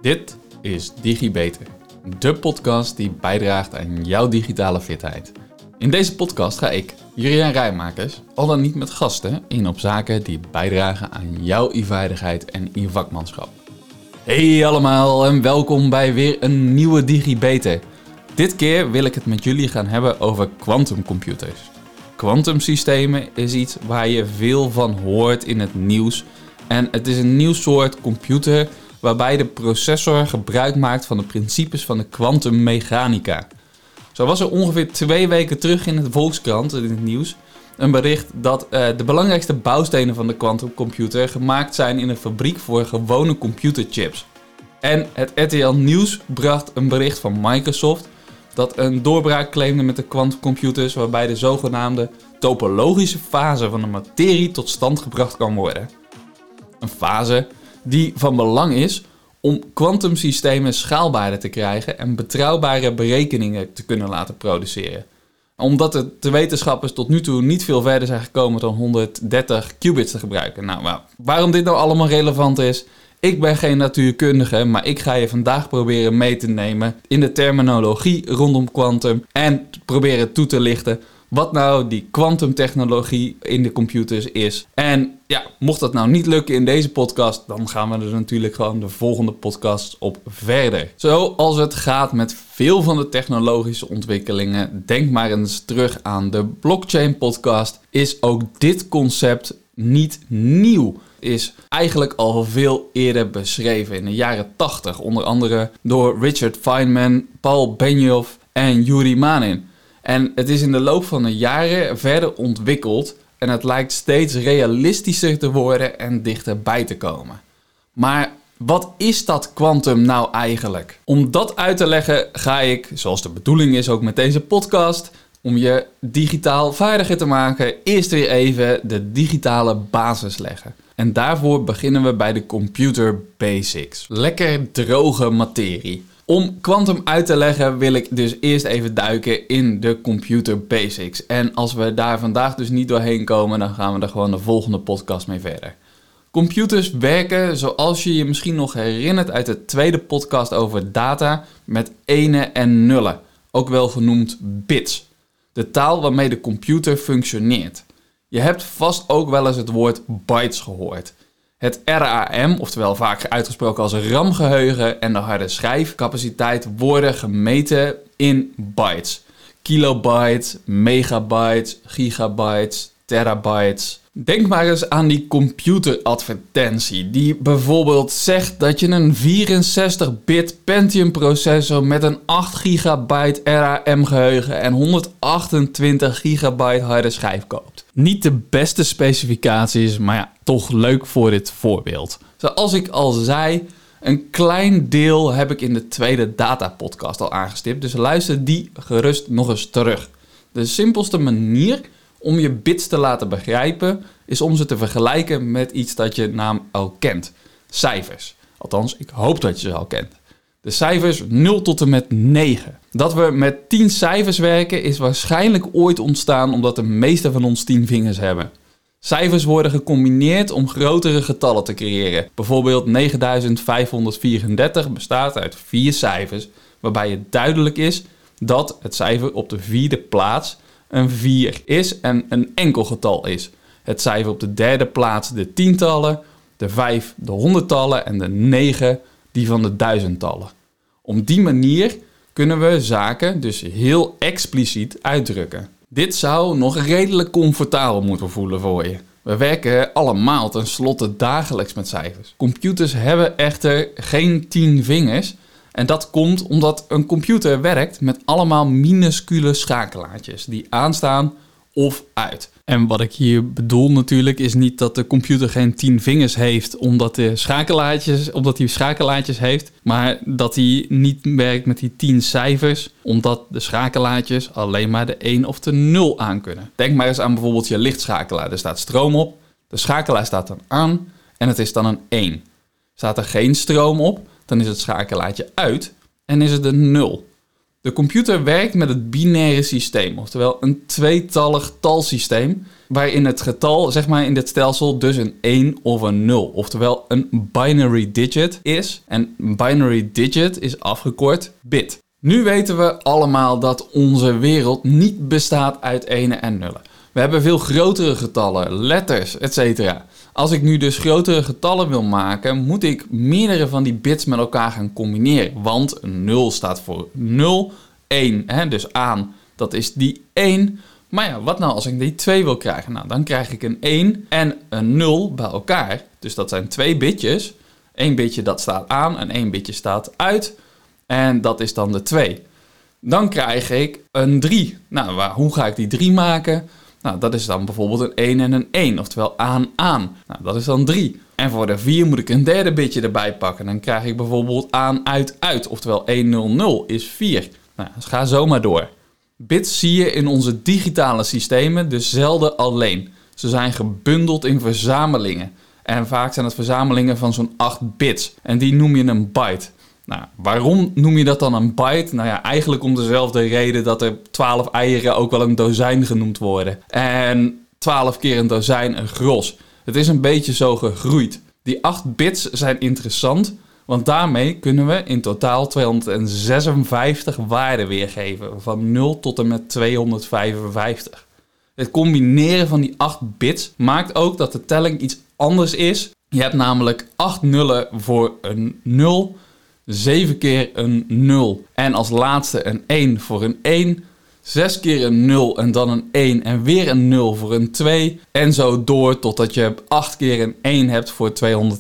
Dit is DigiBeter, de podcast die bijdraagt aan jouw digitale fitheid. In deze podcast ga ik, Juriaan Rijmakers, al dan niet met gasten, in op zaken die bijdragen aan jouw e-veiligheid en e-vakmanschap. Hey allemaal en welkom bij weer een nieuwe DigiBeter. Dit keer wil ik het met jullie gaan hebben over quantumcomputers. Quantumsystemen is iets waar je veel van hoort in het nieuws. En het is een nieuw soort computer waarbij de processor gebruik maakt van de principes van de kwantummechanica. Zo was er ongeveer 2 weken terug in het Volkskrant, in het nieuws, een bericht dat de belangrijkste bouwstenen van de quantumcomputer gemaakt zijn in een fabriek voor gewone computerchips. En het RTL Nieuws bracht een bericht van Microsoft dat een doorbraak claimde met de quantumcomputers waarbij de zogenaamde topologische fase van de materie tot stand gebracht kan worden. Een fase die van belang is om kwantumsystemen schaalbaarder te krijgen en betrouwbare berekeningen te kunnen laten produceren. Omdat de wetenschappers tot nu toe niet veel verder zijn gekomen dan 130 qubits te gebruiken. Nou, waarom dit nou allemaal relevant is? Ik ben geen natuurkundige, maar ik ga je vandaag proberen mee te nemen in de terminologie rondom quantum en proberen toe te lichten wat nou die quantumtechnologie in de computers is. En ja, mocht dat nou niet lukken in deze podcast, dan gaan we er natuurlijk gewoon de volgende podcast op verder. Zoals het gaat met veel van de technologische ontwikkelingen, denk maar eens terug aan de blockchain podcast, is ook dit concept niet nieuw. Is eigenlijk al veel eerder beschreven in de jaren 80, onder andere door Richard Feynman, Paul Benioff en Yuri Manin. En het is in de loop van de jaren verder ontwikkeld en het lijkt steeds realistischer te worden en dichterbij te komen. Maar wat is dat quantum nou eigenlijk? Om dat uit te leggen ga ik, zoals de bedoeling is ook met deze podcast, om je digitaal vaardiger te maken, eerst weer even de digitale basis leggen. En daarvoor beginnen we bij de computer basics. Lekker droge materie. Om quantum uit te leggen wil ik dus eerst even duiken in de computer basics. En als we daar vandaag dus niet doorheen komen, dan gaan we er gewoon de volgende podcast mee verder. Computers werken, zoals je je misschien nog herinnert uit de tweede podcast over data, met enen en nullen. Ook wel genoemd bits. De taal waarmee de computer functioneert. Je hebt vast ook wel eens het woord bytes gehoord. Het RAM, oftewel vaak uitgesproken als RAM-geheugen, en de harde schijfcapaciteit worden gemeten in bytes. Kilobytes, megabytes, gigabytes, terabytes. Denk maar eens aan die computeradvertentie die bijvoorbeeld zegt dat je een 64-bit Pentium processor met een 8 gigabyte RAM geheugen en 128 gigabyte harde schijf koopt. Niet de beste specificaties, maar ja, toch leuk voor dit voorbeeld. Zoals ik al zei, een klein deel heb ik in de tweede datapodcast al aangestipt, dus luister die gerust nog eens terug. De simpelste manier om je bits te laten begrijpen is om ze te vergelijken met iets dat je naam al kent. Cijfers. Althans, ik hoop dat je ze al kent. De cijfers 0 tot en met 9. Dat we met 10 cijfers werken is waarschijnlijk ooit ontstaan omdat de meeste van ons 10 vingers hebben. Cijfers worden gecombineerd om grotere getallen te creëren. Bijvoorbeeld 9534 bestaat uit 4 cijfers, waarbij het duidelijk is dat het cijfer op de 4e plaats een 4 is en een enkel getal is. Het cijfer op de 3e plaats de tientallen, de 5 de honderdtallen en de 9 die van de duizendtallen. Op die manier kunnen we zaken dus heel expliciet uitdrukken. Dit zou nog redelijk comfortabel moeten voelen voor je. We werken allemaal tenslotte dagelijks met cijfers. Computers hebben echter geen 10 vingers. En dat komt omdat een computer werkt met allemaal minuscule schakelaartjes die aanstaan of uit. En wat ik hier bedoel natuurlijk is niet dat de computer geen 10 vingers heeft omdat hij schakelaartjes heeft, maar dat hij niet werkt met die 10 cijfers omdat de schakelaartjes alleen maar de 1 of de 0 aan kunnen. Denk maar eens aan bijvoorbeeld je lichtschakelaar. Er staat stroom op, de schakelaar staat dan aan en het is dan een 1. Staat er geen stroom op, dan is het schakelaartje uit en is het een 0. De computer werkt met het binaire systeem, oftewel een tweetallig talsysteem, waarin het getal, zeg maar in dit stelsel, dus een 1 of een 0, oftewel een binary digit is. En binary digit is afgekort bit. Nu weten we allemaal dat onze wereld niet bestaat uit enen en nullen. We hebben veel grotere getallen, letters, etc. Als ik nu dus grotere getallen wil maken, moet ik meerdere van die bits met elkaar gaan combineren. Want een 0 staat voor 0, 1, dus aan, dat is die 1. Maar ja, wat nou als ik die 2 wil krijgen? Nou, dan krijg ik een 1 en een 0 bij elkaar. Dus dat zijn 2 bitjes. 1 bitje dat staat aan en 1 bitje staat uit. En dat is dan de 2. Dan krijg ik een 3. Nou, hoe ga ik die 3 maken? Nou, dat is dan bijvoorbeeld een 1 en een 1, oftewel aan. Nou, dat is dan 3. En voor de 4 moet ik een derde bitje erbij pakken. Dan krijg ik bijvoorbeeld aan, uit, oftewel 1, 0, 0 is 4. Nou, dus ga zo maar door. Bits zie je in onze digitale systemen dus zelden alleen. Ze zijn gebundeld in verzamelingen. En vaak zijn het verzamelingen van zo'n 8 bits. En die noem je een byte. Nou, waarom noem je dat dan een byte? Nou ja, eigenlijk om dezelfde reden dat er 12 eieren ook wel een dozijn genoemd worden. En 12 keer een dozijn een gros. Het is een beetje zo gegroeid. Die 8 bits zijn interessant, want daarmee kunnen we in totaal 256 waarden weergeven. Van 0 tot en met 255. Het combineren van die 8 bits maakt ook dat de telling iets anders is. Je hebt namelijk 8 nullen voor een 0... 7 keer een 0 en als laatste een 1 voor een 1, 6 keer een 0 en dan een 1 en weer een 0 voor een 2 en zo door totdat je 8 keer een 1 hebt voor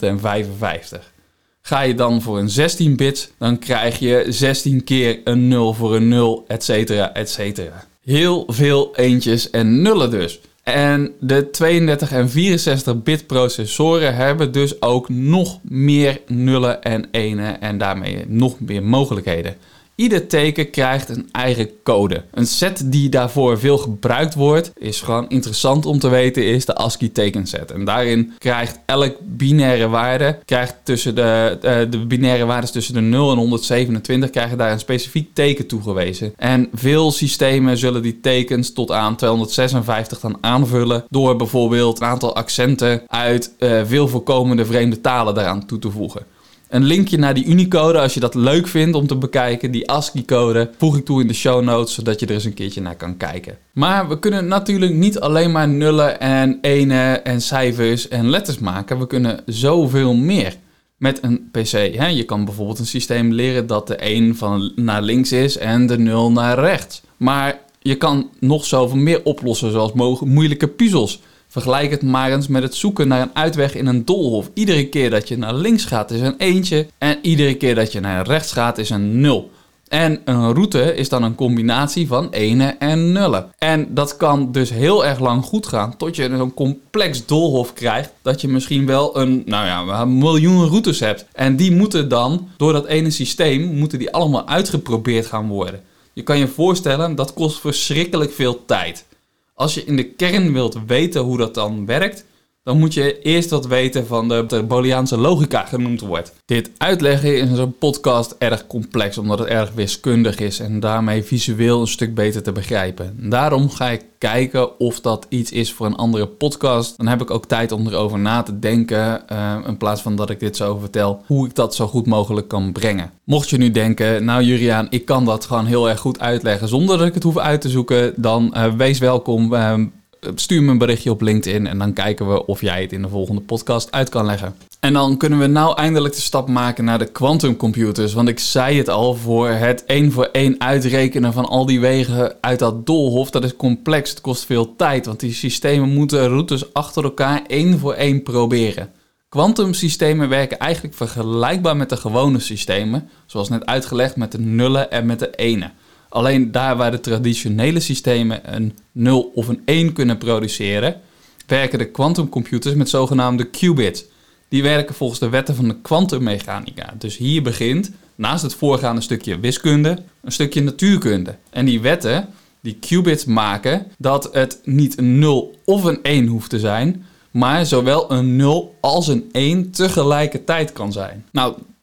255. Ga je dan voor een 16 bit, dan krijg je 16 keer een 0 voor een 0, etcetera, etcetera. Heel veel eentjes en nullen dus. En de 32 en 64 bit processoren hebben dus ook nog meer nullen en enen en daarmee nog meer mogelijkheden. Ieder teken krijgt een eigen code. Een set die daarvoor veel gebruikt wordt, is gewoon interessant om te weten, is de ASCII tekenset. En daarin krijgt elk binaire waarde, tussen de binaire waardes tussen de 0 en 127, krijgen daar een specifiek teken toegewezen. En veel systemen zullen die tekens tot aan 256 dan aanvullen door bijvoorbeeld een aantal accenten uit veel voorkomende vreemde talen daaraan toe te voegen. Een linkje naar die Unicode, als je dat leuk vindt om te bekijken, die ASCII-code, voeg ik toe in de show notes, zodat je er eens een keertje naar kan kijken. Maar we kunnen natuurlijk niet alleen maar nullen en enen en cijfers en letters maken. We kunnen zoveel meer met een PC. Je kan bijvoorbeeld een systeem leren dat de 1 van naar links is en de 0 naar rechts. Maar je kan nog zoveel meer oplossen, zoals moeilijke puzzels. Vergelijk het maar eens met het zoeken naar een uitweg in een doolhof. Iedere keer dat je naar links gaat is een eentje en iedere keer dat je naar rechts gaat is een 0. En een route is dan een combinatie van enen en nullen. En dat kan dus heel erg lang goed gaan tot je een complex doolhof krijgt dat je misschien wel een miljoen routes hebt. En die moeten dan, door dat ene systeem, moeten die allemaal uitgeprobeerd gaan worden. Je kan je voorstellen, dat kost verschrikkelijk veel tijd. Als je in de kern wilt weten hoe dat dan werkt, dan moet je eerst wat weten van de Booleaanse logica genoemd wordt. Dit uitleggen is in zo'n podcast erg complex, omdat het erg wiskundig is en daarmee visueel een stuk beter te begrijpen. Daarom ga ik kijken of dat iets is voor een andere podcast. Dan heb ik ook tijd om erover na te denken, in plaats van dat ik dit zo vertel, hoe ik dat zo goed mogelijk kan brengen. Mocht je nu denken, nou Juriaan, ik kan dat gewoon heel erg goed uitleggen zonder dat ik het hoef uit te zoeken, dan wees welkom. Stuur me een berichtje op LinkedIn en dan kijken we of jij het in de volgende podcast uit kan leggen. En dan kunnen we nou eindelijk de stap maken naar de quantumcomputers. Want ik zei het al, voor het 1 voor 1 uitrekenen van al die wegen uit dat doolhof, dat is complex. Het kost veel tijd, want die systemen moeten routes achter elkaar 1 voor 1 proberen. Quantumsystemen werken eigenlijk vergelijkbaar met de gewone systemen, zoals net uitgelegd met de nullen en met de enen. Alleen daar waar de traditionele systemen een 0 of een 1 kunnen produceren, werken de quantumcomputers met zogenaamde qubits. Die werken volgens de wetten van de kwantummechanica. Dus hier begint, naast het voorgaande stukje wiskunde, een stukje natuurkunde. En die wetten, die qubits maken dat het niet een 0 of een 1 hoeft te zijn, maar zowel een 0 als een 1 tegelijkertijd kan zijn. Nou,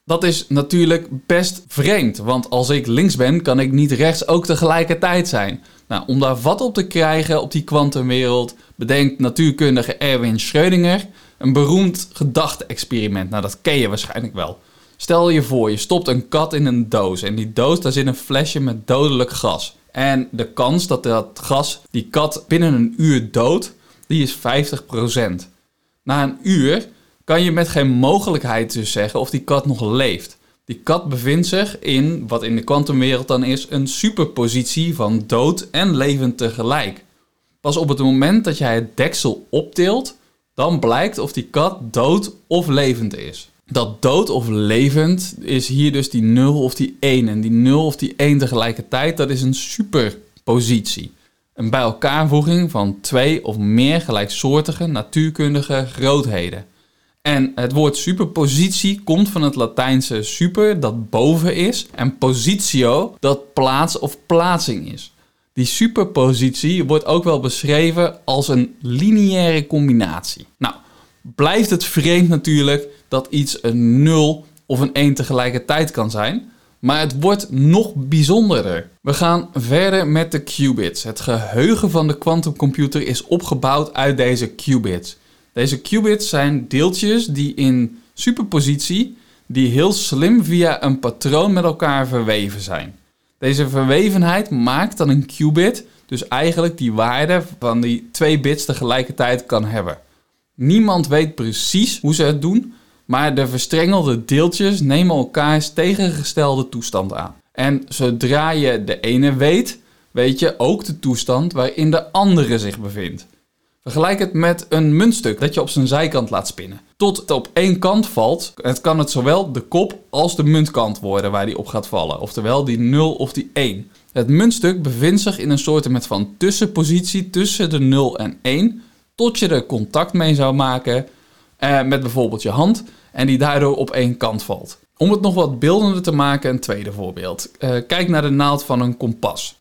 Dat is natuurlijk best vreemd, want als ik links ben, kan ik niet rechts ook tegelijkertijd zijn. Nou, om daar vat op te krijgen op die kwantumwereld, bedenkt natuurkundige Erwin Schrödinger een beroemd gedachte-experiment. Nou, dat ken je waarschijnlijk wel. Stel je voor, je stopt een kat in een doos en die doos, daar zit een flesje met dodelijk gas. En de kans dat dat gas die kat binnen een uur doodt, die is 50%. Na een uur kan je met geen mogelijkheid dus zeggen of die kat nog leeft. Die kat bevindt zich in, wat in de kwantumwereld dan is, een superpositie van dood en levend tegelijk. Pas op het moment dat jij het deksel optilt, dan blijkt of die kat dood of levend is. Dat dood of levend is hier dus die 0 of die 1. En die 0 of die 1 tegelijkertijd, dat is een superpositie. Een bij elkaarvoeging van 2 of meer gelijksoortige natuurkundige grootheden. En het woord superpositie komt van het Latijnse super, dat boven is, en positio, dat plaats of plaatsing is. Die superpositie wordt ook wel beschreven als een lineaire combinatie. Nou, blijft het vreemd natuurlijk dat iets een 0 of een 1 tegelijkertijd kan zijn, maar het wordt nog bijzonderder. We gaan verder met de qubits. Het geheugen van de quantumcomputer is opgebouwd uit deze qubits. Deze qubits zijn deeltjes die in superpositie, die heel slim via een patroon met elkaar verweven zijn. Deze verwevenheid maakt dat een qubit dus eigenlijk die waarde van die 2 bits tegelijkertijd kan hebben. Niemand weet precies hoe ze het doen, maar de verstrengelde deeltjes nemen elkaars tegengestelde toestand aan. En zodra je de ene weet, weet je ook de toestand waarin de andere zich bevindt. Vergelijk het met een muntstuk dat je op zijn zijkant laat spinnen. Tot het op één kant valt, kan het zowel de kop als de muntkant worden waar die op gaat vallen. Oftewel die 0 of die 1. Het muntstuk bevindt zich in een soort van tussenpositie tussen de 0 en 1... tot je er contact mee zou maken met bijvoorbeeld je hand en die daardoor op één kant valt. Om het nog wat beeldender te maken, een tweede voorbeeld. Kijk naar de naald van een kompas.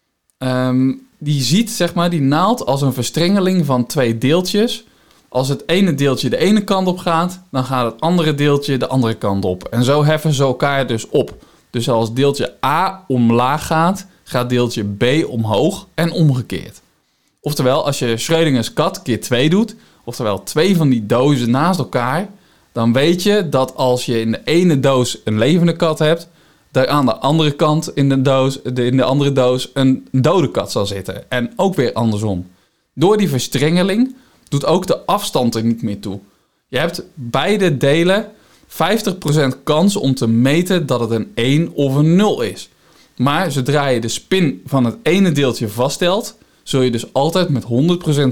Die ziet zeg maar die naald als een verstrengeling van 2 deeltjes. Als het ene deeltje de ene kant op gaat, dan gaat het andere deeltje de andere kant op. En zo heffen ze elkaar dus op. Dus als deeltje A omlaag gaat, gaat deeltje B omhoog en omgekeerd. Oftewel, als je Schrödingers kat keer 2 doet, oftewel 2 van die dozen naast elkaar, dan weet je dat als je in de ene doos een levende kat hebt, daar aan de andere kant in de andere doos een dode kat zal zitten. En ook weer andersom. Door die verstrengeling doet ook de afstand er niet meer toe. Je hebt beide delen 50% kans om te meten dat het een 1 of een 0 is. Maar zodra je de spin van het ene deeltje vaststelt, zul je dus altijd met 100%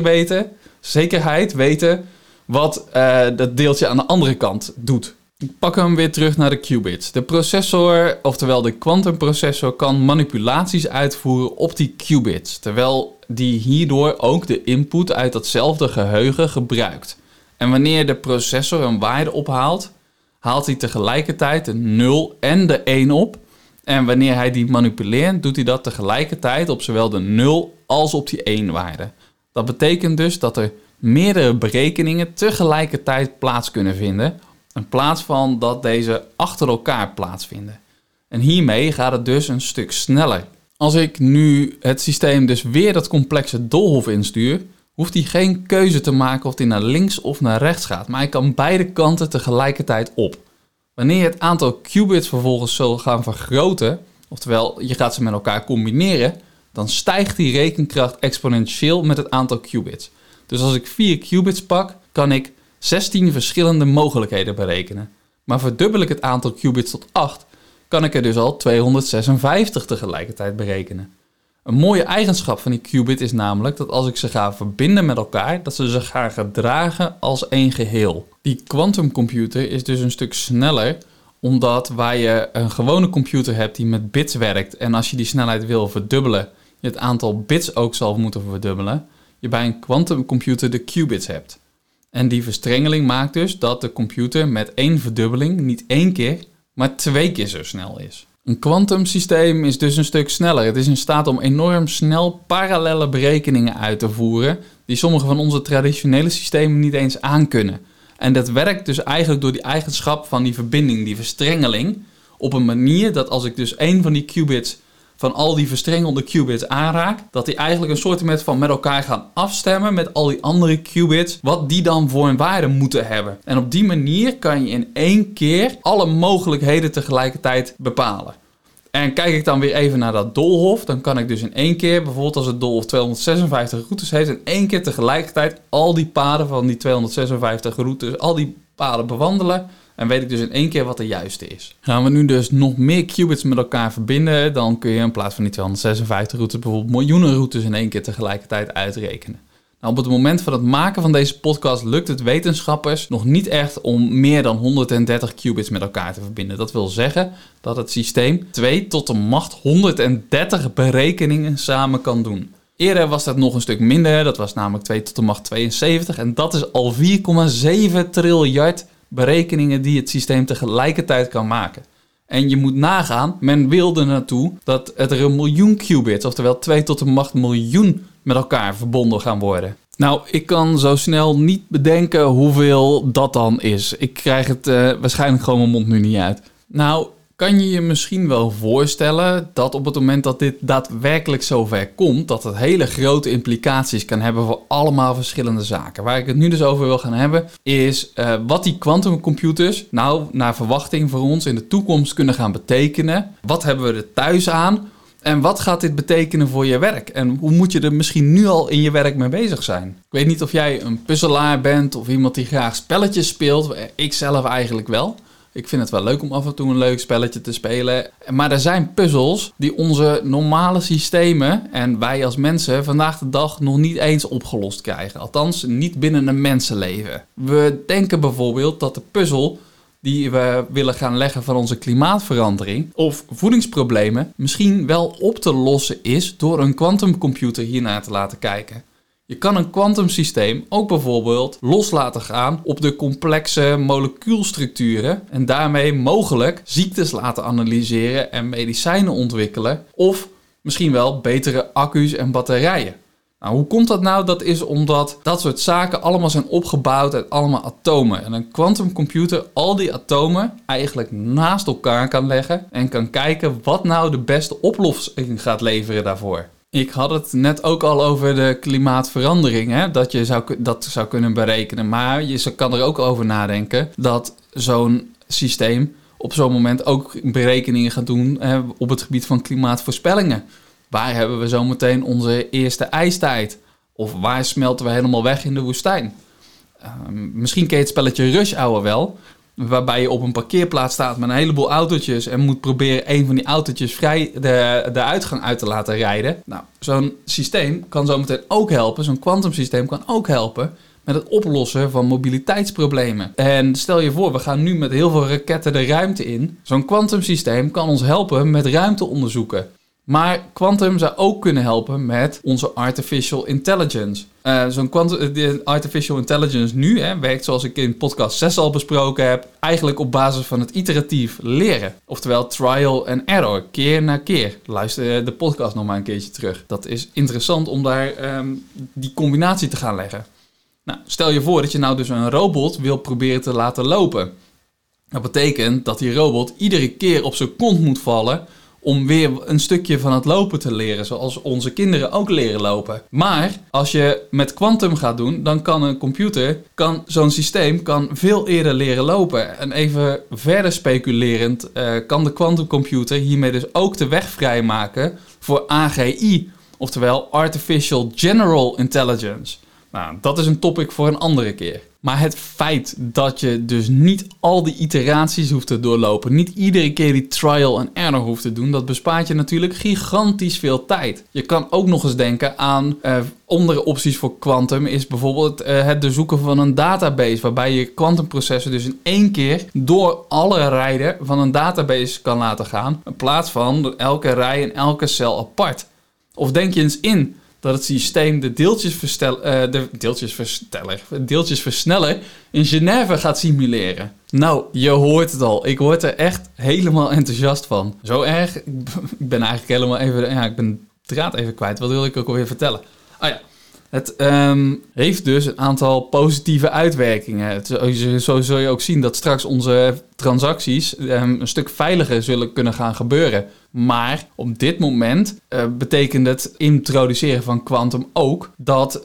zekerheid weten wat dat deeltje aan de andere kant doet. Ik pak hem weer terug naar de qubits. De processor, oftewel de quantumprocessor, kan manipulaties uitvoeren op die qubits, terwijl die hierdoor ook de input uit datzelfde geheugen gebruikt. En wanneer de processor een waarde ophaalt, haalt hij tegelijkertijd de 0 en de 1 op. En wanneer hij die manipuleert, doet hij dat tegelijkertijd op zowel de 0 als op die 1 waarde. Dat betekent dus dat er meerdere berekeningen tegelijkertijd plaats kunnen vinden, in plaats van dat deze achter elkaar plaatsvinden. En hiermee gaat het dus een stuk sneller. Als ik nu het systeem dus weer dat complexe doolhof instuur, hoeft hij geen keuze te maken of hij naar links of naar rechts gaat, maar hij kan beide kanten tegelijkertijd op. Wanneer je het aantal qubits vervolgens zal gaan vergroten, oftewel je gaat ze met elkaar combineren, dan stijgt die rekenkracht exponentieel met het aantal qubits. Dus als ik 4 qubits pak, kan ik 16 verschillende mogelijkheden berekenen. Maar verdubbel ik het aantal qubits tot 8, kan ik er dus al 256 tegelijkertijd berekenen. Een mooie eigenschap van die qubit is namelijk dat als ik ze ga verbinden met elkaar, dat ze zich gaan gedragen als één geheel. Die quantumcomputer is dus een stuk sneller, omdat waar je een gewone computer hebt die met bits werkt en als je die snelheid wil verdubbelen, je het aantal bits ook zal moeten verdubbelen, je bij een quantumcomputer de qubits hebt. En die verstrengeling maakt dus dat de computer met 1 verdubbeling niet 1 keer, maar 2 keer zo snel is. Een kwantumsysteem is dus een stuk sneller. Het is in staat om enorm snel parallelle berekeningen uit te voeren die sommige van onze traditionele systemen niet eens aankunnen. En dat werkt dus eigenlijk door die eigenschap van die verbinding, die verstrengeling, op een manier dat als ik dus één van die qubits van al die verstrengelde qubits aanraak, dat die eigenlijk een soort van met elkaar gaan afstemmen met al die andere qubits, wat die dan voor een waarde moeten hebben. En op die manier kan je in één keer alle mogelijkheden tegelijkertijd bepalen. En kijk ik dan weer even naar dat doolhof, dan kan ik dus in één keer, bijvoorbeeld als het doolhof 256 routes heeft, in één keer tegelijkertijd al die paden van die 256 routes, al die paden bewandelen. En weet ik dus in één keer wat de juiste is. Gaan we nu dus nog meer qubits met elkaar verbinden, dan kun je in plaats van die 256 routes bijvoorbeeld miljoenen routes in één keer tegelijkertijd uitrekenen. Nou, op het moment van het maken van deze podcast lukt het wetenschappers nog niet echt om meer dan 130 qubits met elkaar te verbinden. Dat wil zeggen dat het systeem 2 tot de macht 130 berekeningen samen kan doen. Eerder was dat nog een stuk minder, dat was namelijk 2 tot de macht 72 en dat is al 4,7 triljard berekeningen die het systeem tegelijkertijd kan maken. En je moet nagaan, men wilde naartoe dat er een miljoen qubits, oftewel 2 tot de macht miljoen, met elkaar verbonden gaan worden. Nou, ik kan zo snel niet bedenken hoeveel dat dan is. Ik krijg het waarschijnlijk gewoon mijn mond nu niet uit. Nou, kan je je misschien wel voorstellen dat op het moment dat dit daadwerkelijk zover komt, dat het hele grote implicaties kan hebben voor allemaal verschillende zaken. Waar ik het nu dus over wil gaan hebben, is wat die quantumcomputers nou naar verwachting voor ons in de toekomst kunnen gaan betekenen. Wat hebben we er thuis aan? En wat gaat dit betekenen voor je werk? En hoe moet je er misschien nu al in je werk mee bezig zijn? Ik weet niet of jij een puzzelaar bent of iemand die graag spelletjes speelt. Ik zelf eigenlijk wel. Ik vind het wel leuk om af en toe een leuk spelletje te spelen. Maar er zijn puzzels die onze normale systemen en wij als mensen vandaag de dag nog niet eens opgelost krijgen. Althans, niet binnen een mensenleven. We denken bijvoorbeeld dat de puzzel die we willen gaan leggen van onze klimaatverandering of voedingsproblemen misschien wel op te lossen is door een quantumcomputer hiernaar te laten kijken. Je kan een kwantumsysteem ook bijvoorbeeld los laten gaan op de complexe molecuulstructuren en daarmee mogelijk ziektes laten analyseren en medicijnen ontwikkelen of misschien wel betere accu's en batterijen. Nou, hoe komt dat nou? Dat is omdat dat soort zaken allemaal zijn opgebouwd uit allemaal atomen. En een quantumcomputer al die atomen eigenlijk naast elkaar kan leggen en kan kijken wat nou de beste oplossing gaat leveren daarvoor. Ik had het net ook al over de klimaatverandering, hè? Dat je dat zou kunnen berekenen. Maar je kan er ook over nadenken dat zo'n systeem op zo'n moment ook berekeningen gaat doen op het gebied van klimaatvoorspellingen. Waar hebben we zometeen onze eerste ijstijd? Of waar smelten we helemaal weg in de woestijn? Misschien ken je het spelletje Rush Hour wel. Waarbij je op een parkeerplaats staat met een heleboel autootjes en moet proberen een van die autootjes vrij de uitgang uit te laten rijden. Nou, zo'n systeem kan zometeen ook helpen, zo'n kwantumsysteem kan ook helpen met het oplossen van mobiliteitsproblemen. En stel je voor, we gaan nu met heel veel raketten de ruimte in. Zo'n kwantumsysteem kan ons helpen met ruimteonderzoeken. Maar quantum zou ook kunnen helpen met onze artificial intelligence. De artificial intelligence nu werkt zoals ik in podcast 6 al besproken heb, eigenlijk op basis van het iteratief leren. Oftewel trial and error, keer na keer. Luister de podcast nog maar een keertje terug. Dat is interessant om daar die combinatie te gaan leggen. Nou, stel je voor dat je nou dus een robot wil proberen te laten lopen. Dat betekent dat die robot iedere keer op zijn kont moet vallen om weer een stukje van het lopen te leren, zoals onze kinderen ook leren lopen. Maar als je met quantum gaat doen, dan kan zo'n systeem veel eerder leren lopen. En even verder speculerend kan de quantumcomputer hiermee dus ook de weg vrijmaken voor AGI, oftewel Artificial General Intelligence. Nou, dat is een topic voor een andere keer. Maar het feit dat je dus niet al die iteraties hoeft te doorlopen, niet iedere keer die trial and error hoeft te doen, dat bespaart je natuurlijk gigantisch veel tijd. Je kan ook nog eens denken aan andere opties voor quantum is bijvoorbeeld het doorzoeken van een database, waarbij je quantumprocessen dus in één keer door alle rijden van een database kan laten gaan, in plaats van elke rij en elke cel apart. Of denk je eens in dat het systeem de deeltjesversneller in Genève gaat simuleren. Nou, je hoort het al. Ik word er echt helemaal enthousiast van. Zo erg. Ik ben eigenlijk helemaal even... Ja, ik ben de draad even kwijt. Wat wil ik ook alweer vertellen? Oh ja. Het heeft dus een aantal positieve uitwerkingen. Zo zul je ook zien dat straks onze transacties een stuk veiliger zullen kunnen gaan gebeuren. Maar op dit moment betekent het introduceren van Quantum ook dat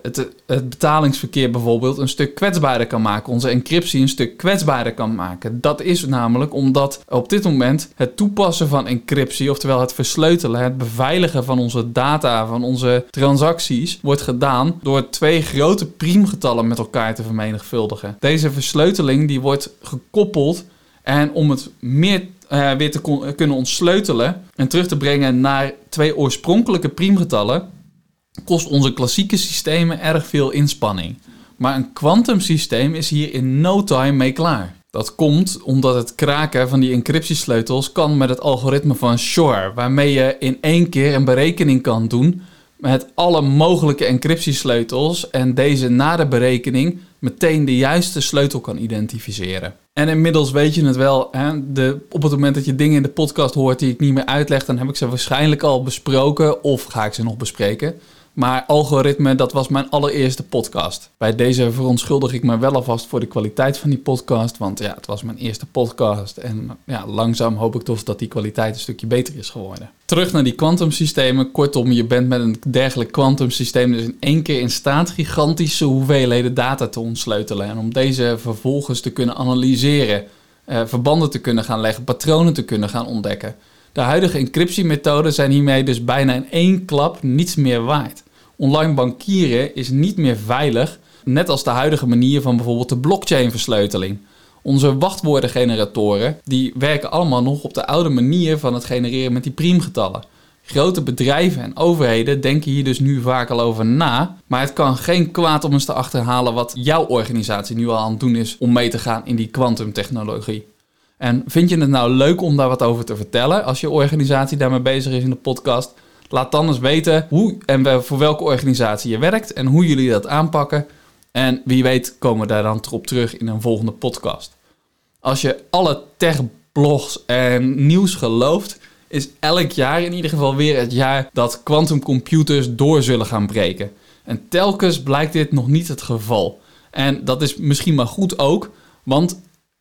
het betalingsverkeer bijvoorbeeld een stuk kwetsbaarder kan maken. Onze encryptie een stuk kwetsbaarder kan maken. Dat is namelijk omdat op dit moment het toepassen van encryptie, oftewel het versleutelen, het beveiligen van onze data, van onze transacties, wordt gedaan door 2 grote priemgetallen met elkaar te vermenigvuldigen. Deze versleuteling die wordt gekoppeld en om het meer weer te kunnen ontsleutelen en terug te brengen naar 2 oorspronkelijke priemgetallen, kost onze klassieke systemen erg veel inspanning. Maar een kwantumsysteem is hier in no time mee klaar. Dat komt omdat het kraken van die encryptiesleutels kan met het algoritme van Shor, waarmee je in 1 keer een berekening kan doen met alle mogelijke encryptiesleutels en deze na de berekening meteen de juiste sleutel kan identificeren. En inmiddels weet je het wel, hè? Op het moment dat je dingen in de podcast hoort die ik niet meer uitleg, dan heb ik ze waarschijnlijk al besproken of ga ik ze nog bespreken. Maar algoritme, dat was mijn allereerste podcast. Bij deze verontschuldig ik me wel alvast voor de kwaliteit van die podcast, want ja, het was mijn eerste podcast. En ja, langzaam hoop ik toch dat die kwaliteit een stukje beter is geworden. Terug naar die kwantumsystemen. Kortom, je bent met een dergelijk kwantumsysteem dus in 1 keer in staat gigantische hoeveelheden data te ontsleutelen. En om deze vervolgens te kunnen analyseren, verbanden te kunnen gaan leggen, patronen te kunnen gaan ontdekken. De huidige encryptiemethoden zijn hiermee dus bijna in 1 klap niets meer waard. Online bankieren is niet meer veilig, net als de huidige manier van bijvoorbeeld de blockchain-versleuteling. Onze wachtwoordengeneratoren die werken allemaal nog op de oude manier van het genereren met die priemgetallen. Grote bedrijven en overheden denken hier dus nu vaak al over na, maar het kan geen kwaad om eens te achterhalen wat jouw organisatie nu al aan het doen is om mee te gaan in die kwantumtechnologie. En vind je het nou leuk om daar wat over te vertellen als je organisatie daarmee bezig is in de podcast? Laat dan eens weten hoe en voor welke organisatie je werkt en hoe jullie dat aanpakken. En wie weet komen we daar dan op terug in een volgende podcast. Als je alle techblogs en nieuws gelooft, is elk jaar in ieder geval weer het jaar dat quantumcomputers door zullen gaan breken. En telkens blijkt dit nog niet het geval. En dat is misschien maar goed ook, want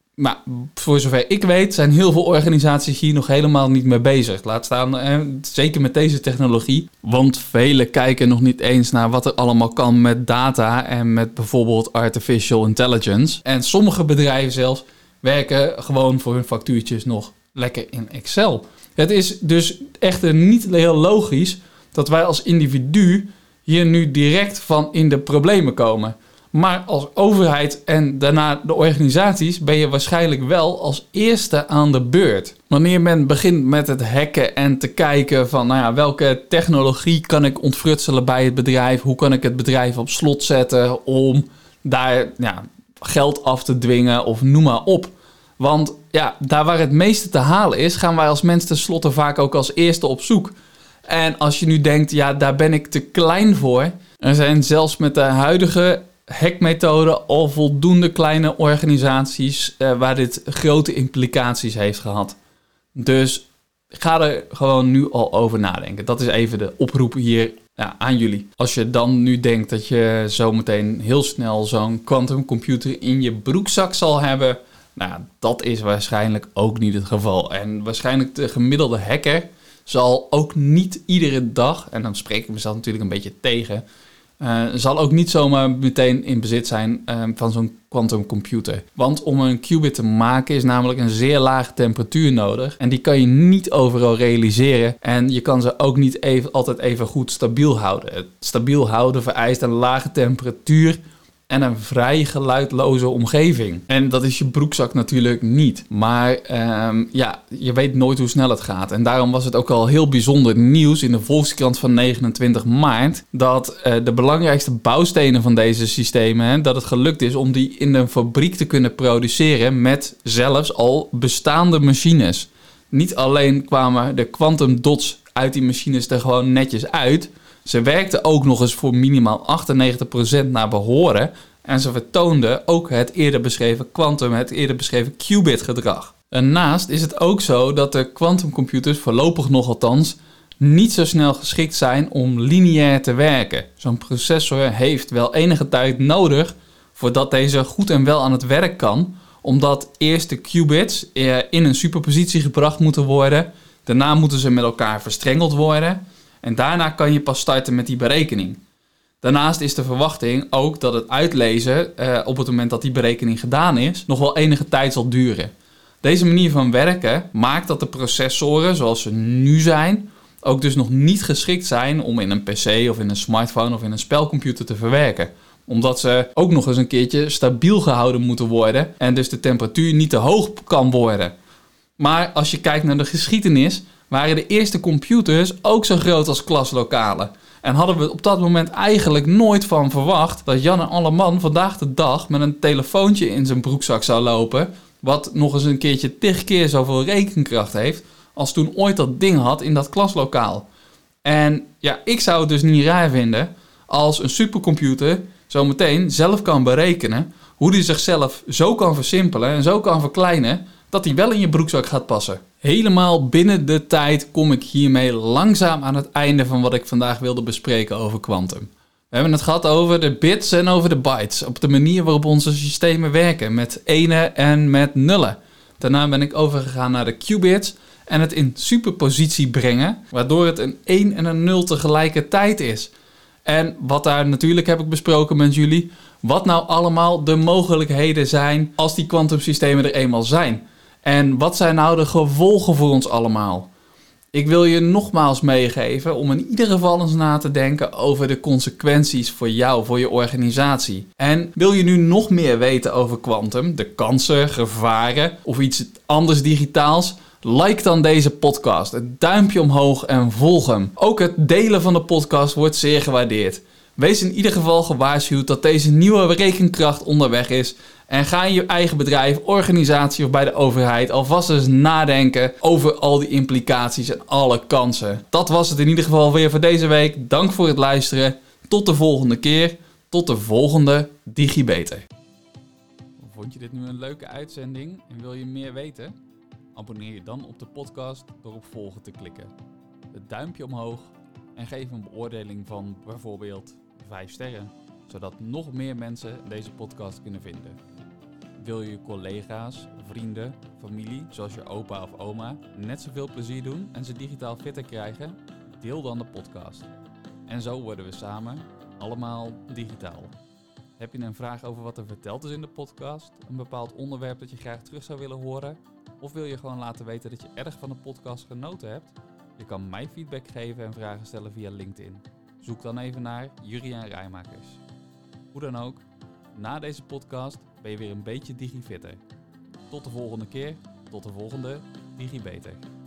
voor zover ik weet zijn heel veel organisaties hier nog helemaal niet mee bezig. Laat staan, zeker met deze technologie. Want velen kijken nog niet eens naar wat er allemaal kan met data en met bijvoorbeeld artificial intelligence. En sommige bedrijven zelfs werken gewoon voor hun factuurtjes nog lekker in Excel. Het is dus echter niet heel logisch dat wij als individu hier nu direct van in de problemen komen. Maar als overheid en daarna de organisaties ben je waarschijnlijk wel als eerste aan de beurt. Wanneer men begint met het hacken en te kijken van welke technologie kan ik ontfrutselen bij het bedrijf? Hoe kan ik het bedrijf op slot zetten om daar geld af te dwingen of noem maar op. Want daar waar het meeste te halen is, gaan wij als mens tenslotte vaak ook als eerste op zoek. En als je nu denkt, daar ben ik te klein voor. Er zijn zelfs met de huidige hackmethode al voldoende kleine organisaties waar dit grote implicaties heeft gehad. Dus ga er gewoon nu al over nadenken. Dat is even de oproep hier aan jullie. Als je dan nu denkt dat je zometeen heel snel zo'n quantumcomputer in je broekzak zal hebben, dat is waarschijnlijk ook niet het geval. En waarschijnlijk de gemiddelde hacker zal ook niet iedere dag, en dan spreek ik mezelf natuurlijk een beetje tegen, zal ook niet zomaar meteen in bezit zijn van zo'n quantumcomputer. Want om een qubit te maken is namelijk een zeer lage temperatuur nodig. En die kan je niet overal realiseren. En je kan ze ook niet altijd even goed stabiel houden. Het stabiel houden vereist een lage temperatuur en een vrij geluidloze omgeving. En dat is je broekzak natuurlijk niet. Maar je weet nooit hoe snel het gaat. En daarom was het ook al heel bijzonder nieuws in de Volkskrant van 29 maart... dat de belangrijkste bouwstenen van deze systemen, dat het gelukt is om die in een fabriek te kunnen produceren met zelfs al bestaande machines. Niet alleen kwamen de quantum dots uit die machines er gewoon netjes uit, ze werkten ook nog eens voor minimaal 98% naar behoren. En ze vertoonden ook het eerder beschreven quantum, het eerder beschreven qubit gedrag. Daarnaast is het ook zo dat de quantumcomputers voorlopig nog althans niet zo snel geschikt zijn om lineair te werken. Zo'n processor heeft wel enige tijd nodig voordat deze goed en wel aan het werk kan, omdat eerst de qubits in een superpositie gebracht moeten worden. Daarna moeten ze met elkaar verstrengeld worden. En daarna kan je pas starten met die berekening. Daarnaast is de verwachting ook dat het uitlezen op het moment dat die berekening gedaan is, nog wel enige tijd zal duren. Deze manier van werken maakt dat de processoren zoals ze nu zijn ook dus nog niet geschikt zijn om in een PC of in een smartphone of in een spelcomputer te verwerken. Omdat ze ook nog eens een keertje stabiel gehouden moeten worden en dus de temperatuur niet te hoog kan worden. Maar als je kijkt naar de geschiedenis, waren de eerste computers ook zo groot als klaslokalen. En hadden we op dat moment eigenlijk nooit van verwacht dat Jan en Alleman vandaag de dag met een telefoontje in zijn broekzak zou lopen, wat nog eens een keertje 10 keer zoveel rekenkracht heeft als toen ooit dat ding had in dat klaslokaal. En ja, ik zou het dus niet raar vinden als een supercomputer zometeen zelf kan berekenen hoe die zichzelf zo kan versimpelen en zo kan verkleinen dat hij wel in je broekzak gaat passen. Helemaal binnen de tijd kom ik hiermee langzaam aan het einde van wat ik vandaag wilde bespreken over kwantum. We hebben het gehad over de bits en over de bytes, op de manier waarop onze systemen werken, met enen en met nullen. Daarna ben ik overgegaan naar de qubits en het in superpositie brengen, waardoor het een 1 en een 0 tegelijkertijd is. En wat daar natuurlijk heb ik besproken met jullie, wat nou allemaal de mogelijkheden zijn als die kwantumsystemen er eenmaal zijn. En wat zijn nou de gevolgen voor ons allemaal? Ik wil je nogmaals meegeven om in ieder geval eens na te denken over de consequenties voor jou, voor je organisatie. En wil je nu nog meer weten over kwantum, de kansen, gevaren of iets anders digitaals? Like dan deze podcast, het duimpje omhoog en volg hem. Ook het delen van de podcast wordt zeer gewaardeerd. Wees in ieder geval gewaarschuwd dat deze nieuwe rekenkracht onderweg is. En ga in je eigen bedrijf, organisatie of bij de overheid alvast eens nadenken over al die implicaties en alle kansen. Dat was het in ieder geval weer voor deze week. Dank voor het luisteren. Tot de volgende keer. Tot de volgende DigiBeter. Vond je dit nu een leuke uitzending en wil je meer weten? Abonneer je dan op de podcast door op volgen te klikken. Het duimpje omhoog en geef een beoordeling van bijvoorbeeld 5 sterren, zodat nog meer mensen deze podcast kunnen vinden. Wil je collega's, vrienden, familie, zoals je opa of oma, net zoveel plezier doen en ze digitaal fitter krijgen? Deel dan de podcast. En zo worden we samen allemaal digitaal. Heb je een vraag over wat er verteld is in de podcast? Een bepaald onderwerp dat je graag terug zou willen horen? Of wil je gewoon laten weten dat je erg van de podcast genoten hebt? Je kan mij feedback geven en vragen stellen via LinkedIn. Zoek dan even naar Juriaan Rijmakers. Hoe dan ook, na deze podcast ben je weer een beetje digifitter. Tot de volgende keer, tot de volgende DigiBeter.